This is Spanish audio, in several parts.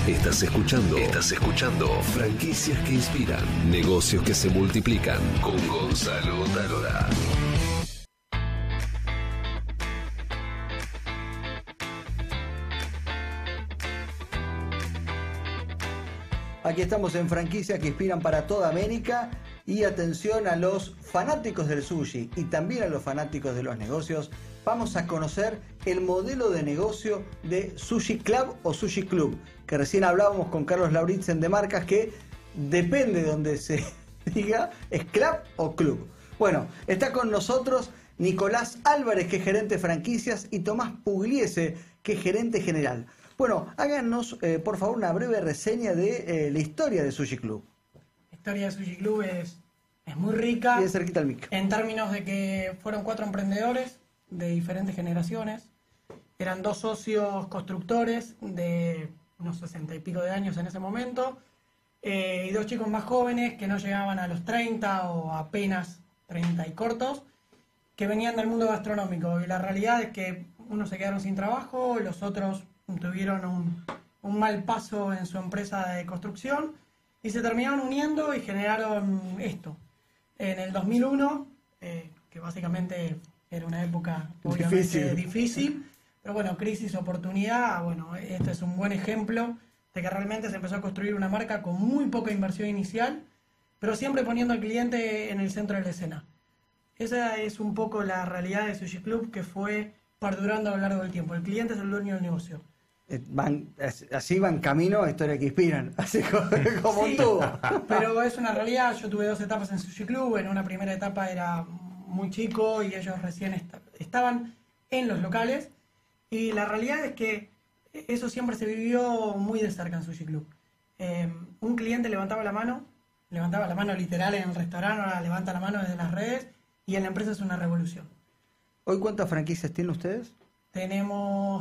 Estás escuchando Franquicias que Inspiran, Negocios que se Multiplican, con Gonzalo Talora. Aquí estamos en Franquicias que Inspiran para toda América. Y atención a los fanáticos del sushi y también a los fanáticos de los negocios. Vamos a conocer el modelo de negocio de Sushi Club o Sushi Club, que recién hablábamos con Carlos Lauritzen de Marcas, que depende de donde se diga, es club o club. Bueno, está con nosotros Nicolás Álvarez, que es gerente de franquicias, y Tomás Pugliese, que es gerente general. Bueno, háganos por favor una breve reseña de la historia de Sushi Club. La historia de Sushi Club es muy rica. Bien cerquita al mic. En términos de que fueron 4 emprendedores de diferentes generaciones. Eran 2 socios constructores de unos 60 y pico de años en ese momento. Y 2 chicos más jóvenes que no llegaban a los 30 o apenas 30 y cortos, que venían del mundo gastronómico. Y la realidad es que unos se quedaron sin trabajo, los otros tuvieron un mal paso en su empresa de construcción y se terminaron uniendo y generaron esto. En el 2001, que básicamente era una época obviamente difícil, pero bueno, crisis, oportunidad, bueno, este es un buen ejemplo de que realmente se empezó a construir una marca con muy poca inversión inicial, pero siempre poniendo al cliente en el centro de la escena. Esa es un poco la realidad de Sushi Club, que fue perdurando a lo largo del tiempo. El cliente es el dueño del negocio. Así van camino a Historias que Inspiran, así como sí, tú. Pero es una realidad. Yo tuve 2 etapas en Sushi Club. En una primera etapa era muy chico y ellos recién estaban en los locales. Y la realidad es que eso siempre se vivió muy de cerca en Sushi Club. Un cliente levantaba la mano literal en el restaurante, ahora levanta la mano desde las redes, y en la empresa es una revolución. ¿Hoy cuántas franquicias tienen ustedes? Tenemos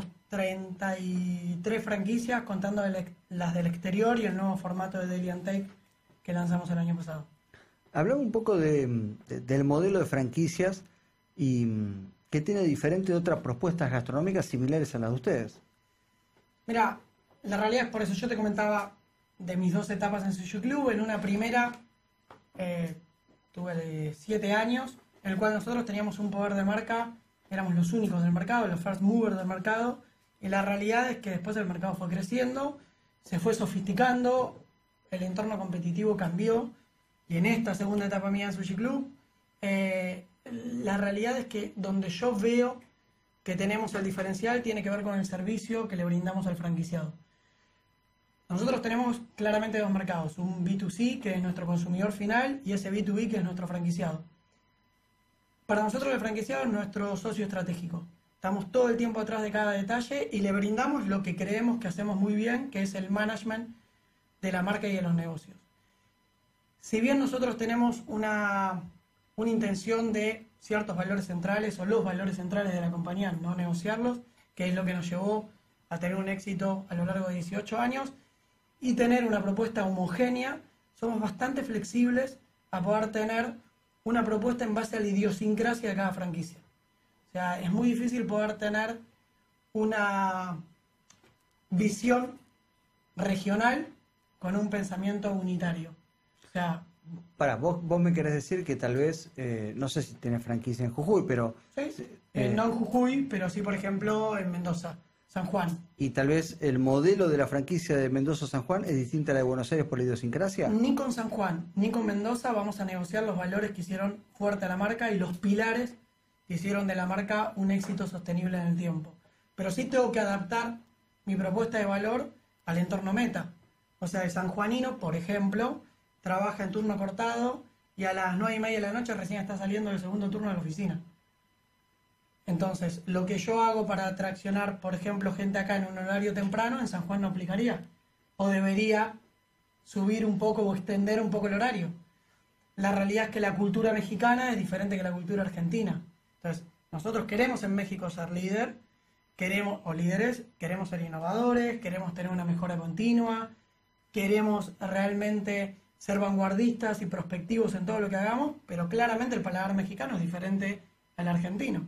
33 franquicias, contando las del exterior y el nuevo formato de Daily and Take que lanzamos el año pasado. Hablamos un poco del modelo de franquicias y qué tiene diferente de otras propuestas gastronómicas similares a las de ustedes. Mira, la realidad es por eso. Yo te comentaba de mis 2 etapas en Sushi Club. En una primera tuve de 7 años, en el cual nosotros teníamos un poder de marca, éramos los únicos del mercado, los first movers del mercado, y la realidad es que después el mercado fue creciendo, se fue sofisticando, el entorno competitivo cambió, y en esta segunda etapa mía en Sushi Club, la realidad es que donde yo veo que tenemos el diferencial tiene que ver con el servicio que le brindamos al franquiciado. Nosotros tenemos claramente 2 mercados, un B2C, que es nuestro consumidor final, y ese B2B, que es nuestro franquiciado. Para nosotros el franquiciado es nuestro socio estratégico. Estamos todo el tiempo atrás de cada detalle y le brindamos lo que creemos que hacemos muy bien, que es el management de la marca y de los negocios. Si bien nosotros tenemos una intención de ciertos valores centrales o los valores centrales de la compañía, no negociarlos, que es lo que nos llevó a tener un éxito a lo largo de 18 años y tener una propuesta homogénea, somos bastante flexibles a poder tener una propuesta en base a la idiosincrasia de cada franquicia. O sea, es muy difícil poder tener una visión regional con un pensamiento unitario. O sea, vos me querés decir que tal vez, no sé si tenés franquicia en Jujuy, pero... ¿sí? No en Jujuy, pero sí, por ejemplo, en Mendoza, San Juan. ¿Y tal vez el modelo de la franquicia de Mendoza-San Juan es distinta a la de Buenos Aires por la idiosincrasia? Ni con San Juan, ni con Mendoza vamos a negociar los valores que hicieron fuerte a la marca y los pilares que hicieron de la marca un éxito sostenible en el tiempo. Pero sí tengo que adaptar mi propuesta de valor al entorno meta. O sea, el sanjuanino, por ejemplo, trabaja en turno cortado y a las 9:30 de la noche recién está saliendo del segundo turno de la oficina. Entonces, lo que yo hago para atraccionar, por ejemplo, gente acá en un horario temprano, en San Juan no aplicaría. O debería subir un poco o extender un poco el horario. La realidad es que la cultura mexicana es diferente que la cultura argentina. Entonces, nosotros queremos en México ser líderes, queremos ser innovadores, queremos tener una mejora continua, queremos realmente ser vanguardistas y prospectivos en todo lo que hagamos, pero claramente el paladar mexicano es diferente al argentino.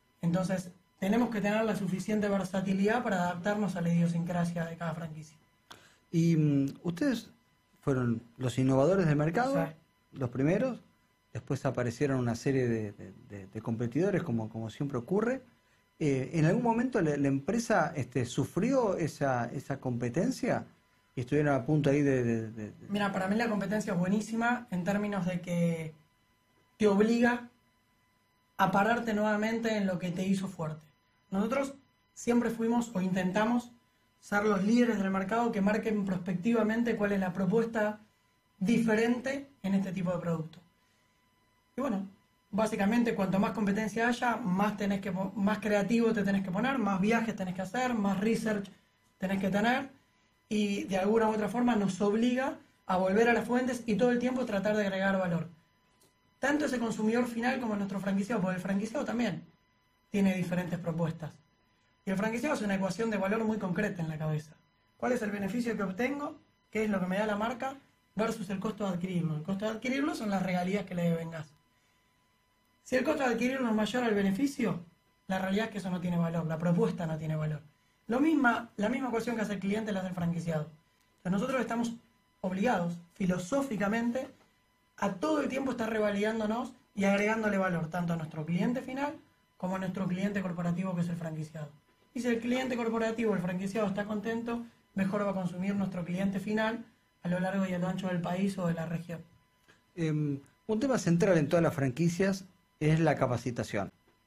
Entonces, tenemos que tener la suficiente versatilidad para adaptarnos a la idiosincrasia de cada franquicia. Y ustedes fueron los innovadores del mercado, Sí. los primeros, después aparecieron una serie de competidores, como siempre ocurre. ¿En algún momento la empresa sufrió esa competencia y estuvieron a punto ahí Mira, para mí la competencia es buenísima en términos de que te obliga a pararte nuevamente en lo que te hizo fuerte. Nosotros siempre fuimos o intentamos ser los líderes del mercado que marquen prospectivamente cuál es la propuesta diferente en este tipo de producto. Y bueno, básicamente cuanto más competencia haya, más creativo te tenés que poner, más viajes tenés que hacer, más research tenés que tener, y de alguna u otra forma nos obliga a volver a las fuentes y todo el tiempo tratar de agregar valor. Tanto ese consumidor final como nuestro franquiciado, porque el franquiciado también tiene diferentes propuestas. Y el franquiciado es una ecuación de valor muy concreta en la cabeza. ¿Cuál es el beneficio que obtengo? ¿Qué es lo que me da la marca? Versus el costo de adquirirlo. El costo de adquirirlo son las regalías que le devengas. Si el costo de adquirirlo es mayor al beneficio, la realidad es que eso no tiene valor, la propuesta no tiene valor. La misma ecuación que hace el cliente la hace el franquiciado. Entonces nosotros estamos obligados, filosóficamente, a todo el tiempo estar revalidándonos y agregándole valor, tanto a nuestro cliente final como a nuestro cliente corporativo, que es el franquiciado. Y si el cliente corporativo o el franquiciado está contento, mejor va a consumir nuestro cliente final a lo largo y a lo ancho del país o de la región. Un tema central en todas las franquicias es la capacitación.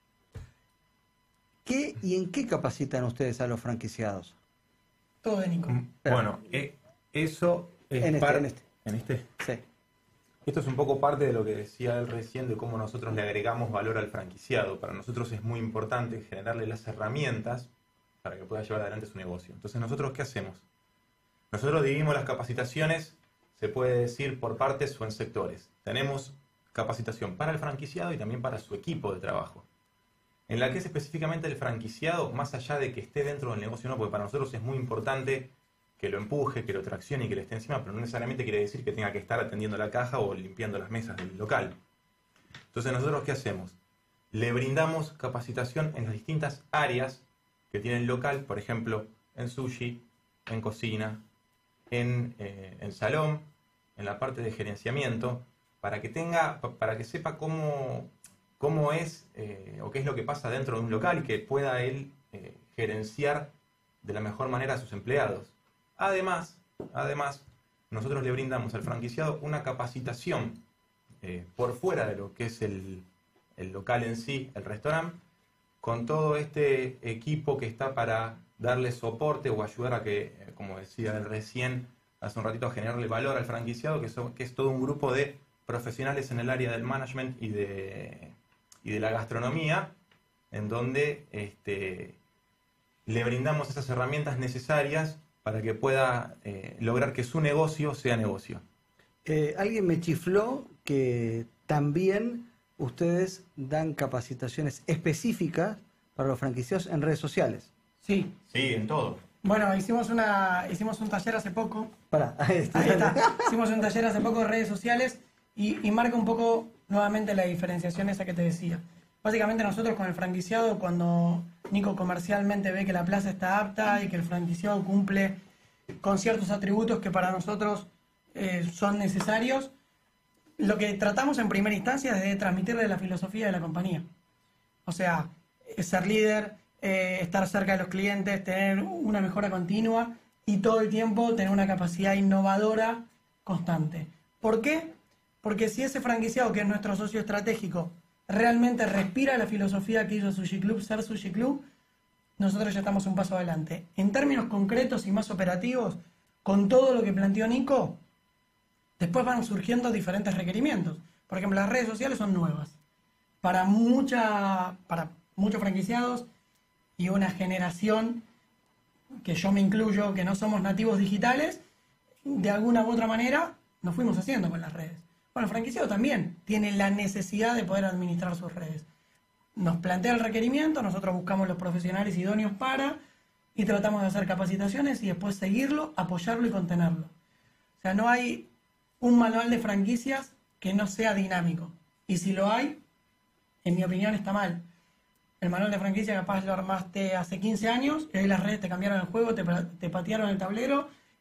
¿Qué y en qué capacitan ustedes a los franquiciados? Todo de Nico. Bueno, eso es ¿En este? Sí. Esto es un poco parte de lo que decía él recién, de cómo nosotros le agregamos valor al franquiciado. Para nosotros es muy importante generarle las herramientas para que pueda llevar adelante su negocio. Entonces, ¿nosotros qué hacemos? Nosotros dividimos las capacitaciones, se puede decir, por partes o en sectores. Tenemos capacitación para el franquiciado y también para su equipo de trabajo. En la que es específicamente el franquiciado, más allá de que esté dentro del negocio, no, porque para nosotros es muy importante que lo empuje, que lo traccione y que le esté encima, pero no necesariamente quiere decir que tenga que estar atendiendo la caja o limpiando las mesas del local. Entonces, ¿nosotros qué hacemos? Le brindamos capacitación en las distintas áreas que tiene el local, por ejemplo, en sushi, en cocina, en salón, en la parte de gerenciamiento, para que sepa cómo es o qué es lo que pasa dentro de un local y que pueda él gerenciar de la mejor manera a sus empleados. Además, nosotros le brindamos al franquiciado una capacitación por fuera de lo que es el local en sí, el restaurante, con todo este equipo que está para darle soporte o ayudar a que, como decía él recién, hace un ratito, a generarle valor al franquiciado, que es todo un grupo de profesionales en el área del management y de la gastronomía, en donde le brindamos esas herramientas necesarias para que pueda lograr que su negocio sea negocio. Alguien me chifló que también ustedes dan capacitaciones específicas para los franquiciados en redes sociales. Sí. Sí, en todo. Bueno, hicimos un taller hace poco. Ahí está. Hicimos un taller hace poco de redes sociales y marca un poco nuevamente la diferenciación esa que te decía. Básicamente nosotros con el franquiciado, cuando Nico comercialmente ve que la plaza está apta y que el franquiciado cumple con ciertos atributos que para nosotros son necesarios, lo que tratamos en primera instancia es de transmitirle la filosofía de la compañía. O sea, ser líder, estar cerca de los clientes, tener una mejora continua y todo el tiempo tener una capacidad innovadora constante. ¿Por qué? Porque si ese franquiciado, que es nuestro socio estratégico, realmente respira la filosofía que hizo Sushi Club ser Sushi Club, nosotros ya estamos un paso adelante. En términos concretos y más operativos, con todo lo que planteó Nico, después van surgiendo diferentes requerimientos. Por ejemplo, las redes sociales son nuevas. Para muchos franquiciados y una generación, que yo me incluyo, que no somos nativos digitales, de alguna u otra manera nos fuimos haciendo con las redes. Bueno, el franquiciado también tiene la necesidad de poder administrar sus redes. Nos plantea el requerimiento, nosotros buscamos los profesionales idóneos y tratamos de hacer capacitaciones y después seguirlo, apoyarlo y contenerlo. O sea, no hay un manual de franquicias que no sea dinámico. Y si lo hay, en mi opinión está mal. El manual de franquicia capaz lo armaste hace 15 años y hoy las redes te cambiaron el juego, te patearon el tablero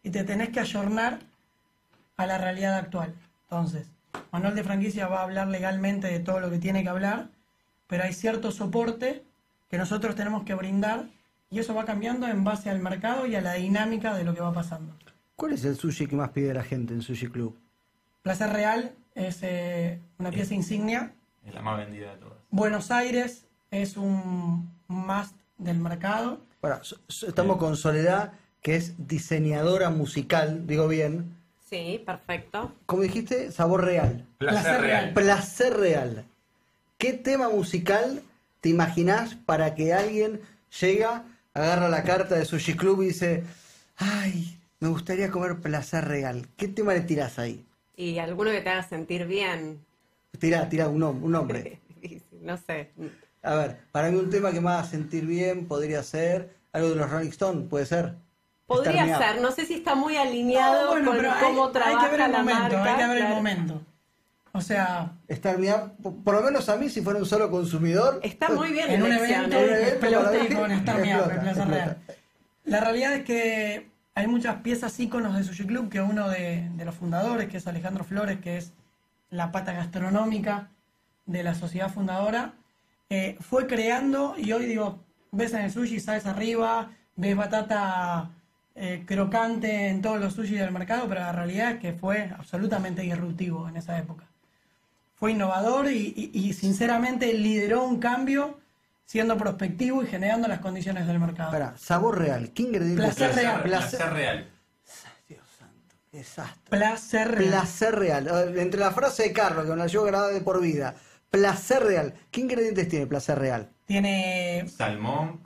y te tenés que ayornar a la realidad actual. Entonces, Manual de Franquicia va a hablar legalmente de todo lo que tiene que hablar, pero hay cierto soporte que nosotros tenemos que brindar y eso va cambiando en base al mercado y a la dinámica de lo que va pasando. ¿Cuál es el sushi que más pide la gente en Sushi Club? Placer Real es una pieza insignia. Es la más vendida de todas. Buenos Aires es un must del mercado. Ahora, estamos con Soledad, que es diseñadora musical, digo bien. Sí, perfecto. ¿Cómo dijiste? Sabor real. Placer real. Placer real. ¿Qué tema musical te imaginás para que alguien llega, agarra la carta de Sushi Club y dice, ay, me gustaría comer placer real? ¿Qué tema le tirás ahí? Y alguno que te haga sentir bien. Tirá un nombre. No sé. A ver, para mí un tema que me haga sentir bien podría ser algo de los Rolling Stones, ¿puede ser? Podría Start Me Up. ser, no sé si está muy alineado con pero cómo hay trabaja que ver el la momento, marca. hay que ver el claro. momento. O sea, Start Me Up, por lo menos a mí, si fuera un solo consumidor. Está muy bien en un elección, evento ¿eh? explote con Star Me Up, Explota, en Plaza explota. Real. La realidad es que hay muchas piezas íconos de Sushi Club que uno de los fundadores, que es Alejandro Flores, que es la pata gastronómica de la sociedad fundadora, fue creando y hoy digo, ves en el sushi salsa arriba, ves batata crocante en todos los sushi del mercado, pero la realidad es que fue absolutamente disruptivo en esa época. Fue innovador y sinceramente lideró un cambio siendo prospectivo y generando las condiciones del mercado. Espera, sabor real. ¿Qué ingredientes? Placer real. Placer real. Dios santo, qué desastre. Placer real. Placer real. Entre la frase de Carlos, que me la llevo grabada de por vida. Placer real. ¿Qué ingredientes tiene placer real? Tiene Salmón,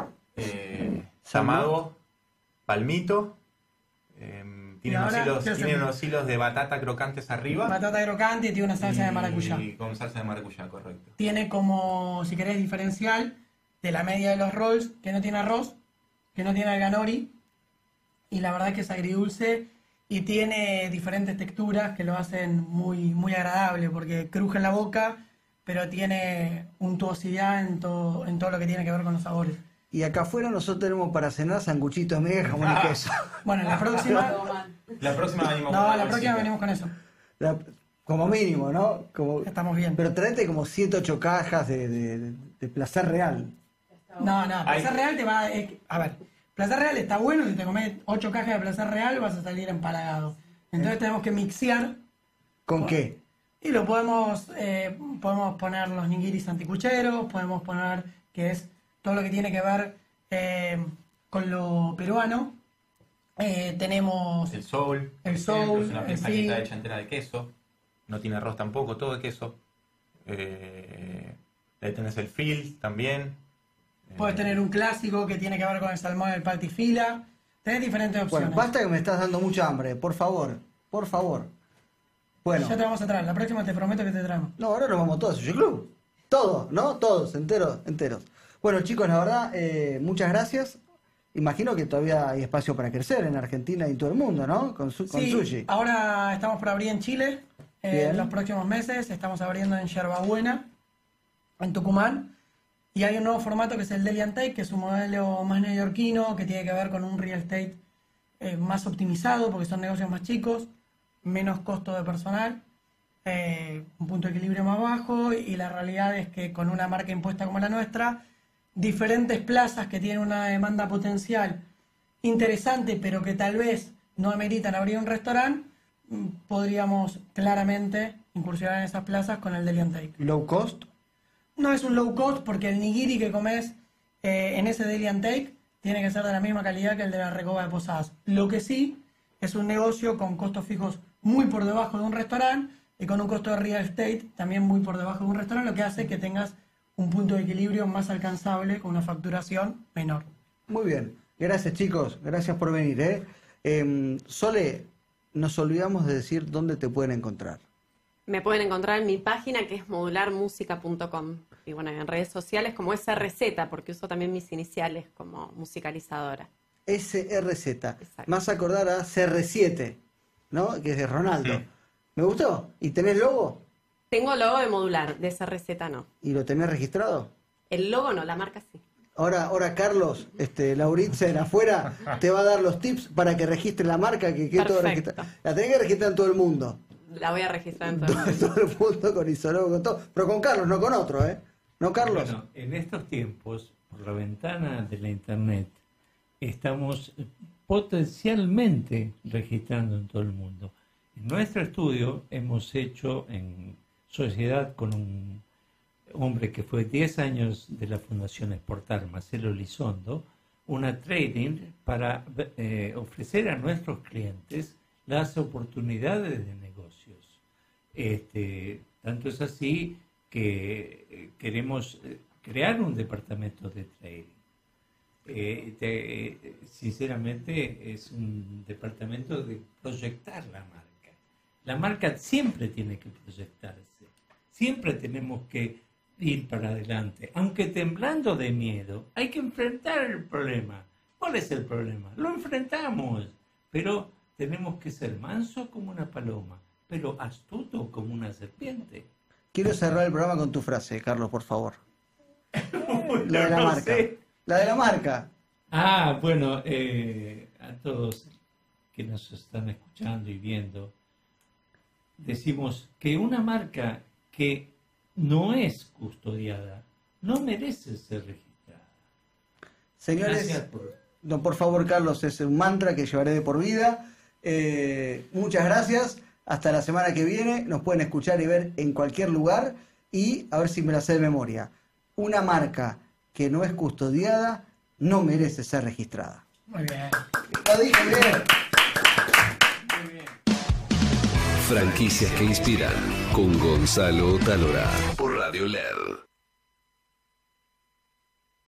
tamado, palmito. Tiene, ahora, unos hilos, ¿qué tiene hacemos? unos hilos de batata crocantes arriba. batata crocante y tiene una salsa de maracuyá. Y con salsa de maracuyá, correcto. Tiene como, si querés, diferencial de la media de los rolls, que no tiene arroz, que no tiene alganori, y la verdad que es agridulce y tiene diferentes texturas que lo hacen muy, muy agradable, porque cruje en la boca, pero tiene untuosidad en todo lo que tiene que ver con los sabores. Y acá afuera nosotros tenemos para cenar sanguchitos mega jamón y queso. Bueno, la próxima... La próxima venimos No, con la bolsita. próxima venimos con eso. Como mínimo, ¿no? Como, Estamos bien. pero traete como 7 o 8 cajas de placer real. No, Ay. Placer Real te va... a ver, Placer Real está bueno, si te comes 8 cajas de Placer Real vas a salir empalagado. Entonces tenemos que mixear ¿Con qué? y lo podemos poner los nigiris anticucheros, podemos poner que es todo lo que tiene que ver con lo peruano. Tenemos El soul. El por ejemplo, soul, es una el pestañita sí. hecha entera de queso. No tiene arroz tampoco, todo de queso. Ahí tenés el fil también. Puedes tener un clásico que tiene que ver con el salmón del patifila. Tenés diferentes opciones. Bueno, basta que me estás dando mucha hambre, por favor. Por favor. Bueno. Ya te vamos a traer. La próxima te prometo que te traemos. No, ahora nos vamos todos a Sushi Club. Todos, ¿no? Todos, enteros. Bueno, chicos, la verdad, muchas gracias. Imagino que todavía hay espacio para crecer en Argentina y todo el mundo, ¿no? Con Sí, sushi. ahora estamos por abrir en Chile. Bien. En los próximos meses estamos abriendo en Yerbabuena, en Tucumán. Y hay un nuevo formato que es el Deli and Take, que es un modelo más neoyorquino, que tiene que ver con un real estate más optimizado, porque son negocios más chicos, menos costo de personal, un punto de equilibrio más bajo, y la realidad es que con una marca impuesta como la nuestra, diferentes plazas que tienen una demanda potencial interesante, pero que tal vez no ameritan abrir un restaurante, podríamos claramente incursionar en esas plazas con el Deli and Take. Low cost. No es un low cost porque el nigiri que comes en ese Deli and Take tiene que ser de la misma calidad que el de la Recoba de Posadas. Lo que sí es un negocio con costos fijos muy por debajo de un restaurante y con un costo de real estate también muy por debajo de un restaurante, lo que hace que tengas un punto de equilibrio más alcanzable con una facturación menor. Muy bien. Gracias, chicos. Gracias por venir, Sole, nos olvidamos de decir dónde te pueden encontrar. Me pueden encontrar en mi página que es modularmusica.com. Y bueno, en redes sociales como SRZ, porque uso también mis iniciales como musicalizadora. SRZ. Exacto. Más acordar a CR7, ¿no? Que es de Ronaldo. Sí. Me gustó. ¿Y tenés logo? Tengo logo de modular, de SRZ no. ¿Y lo tenés registrado? El logo no, la marca sí. Ahora Carlos, Lauritzen afuera te va a dar los tips para que registre la marca, que todo registra. La tenés que registrar en todo el mundo. La voy a registrar en todo el mundo. Todo el mundo con Isologo, con todo. Pero con Carlos, no con otro, ¿eh? ¿No, Carlos? Bueno, en estos tiempos, por la ventana de la internet, estamos potencialmente registrando en todo el mundo. En nuestro estudio hemos hecho en sociedad con un hombre que fue 10 años de la Fundación Exportar, Marcelo Lizondo, una trading para ofrecer a nuestros clientes las oportunidades de negocios. Tanto es así que queremos crear un departamento de trading. Sinceramente es un departamento de proyectar la marca. La marca siempre tiene que proyectarse, siempre tenemos que ir para adelante, aunque temblando de miedo, hay que enfrentar el problema. ¿Cuál es el problema? Lo enfrentamos, pero tenemos que ser manso como una paloma, pero astuto como una serpiente. Quiero cerrar el programa con tu frase, Carlos, por favor. Bueno, La de la marca. Sé. La de la marca. Bueno, a todos que nos están escuchando y viendo, decimos que una marca que no es custodiada no merece ser registrada. Señores, por favor, Carlos, es un mantra que llevaré de por vida. Muchas gracias. Hasta la semana que viene. Nos pueden escuchar y ver en cualquier lugar. Y a ver si me la sé de memoria. Una marca que no es custodiada no merece ser registrada. Muy bien. Lo dije bien. Muy bien. Franquicias que inspiran con Gonzalo Talora por Radio LED.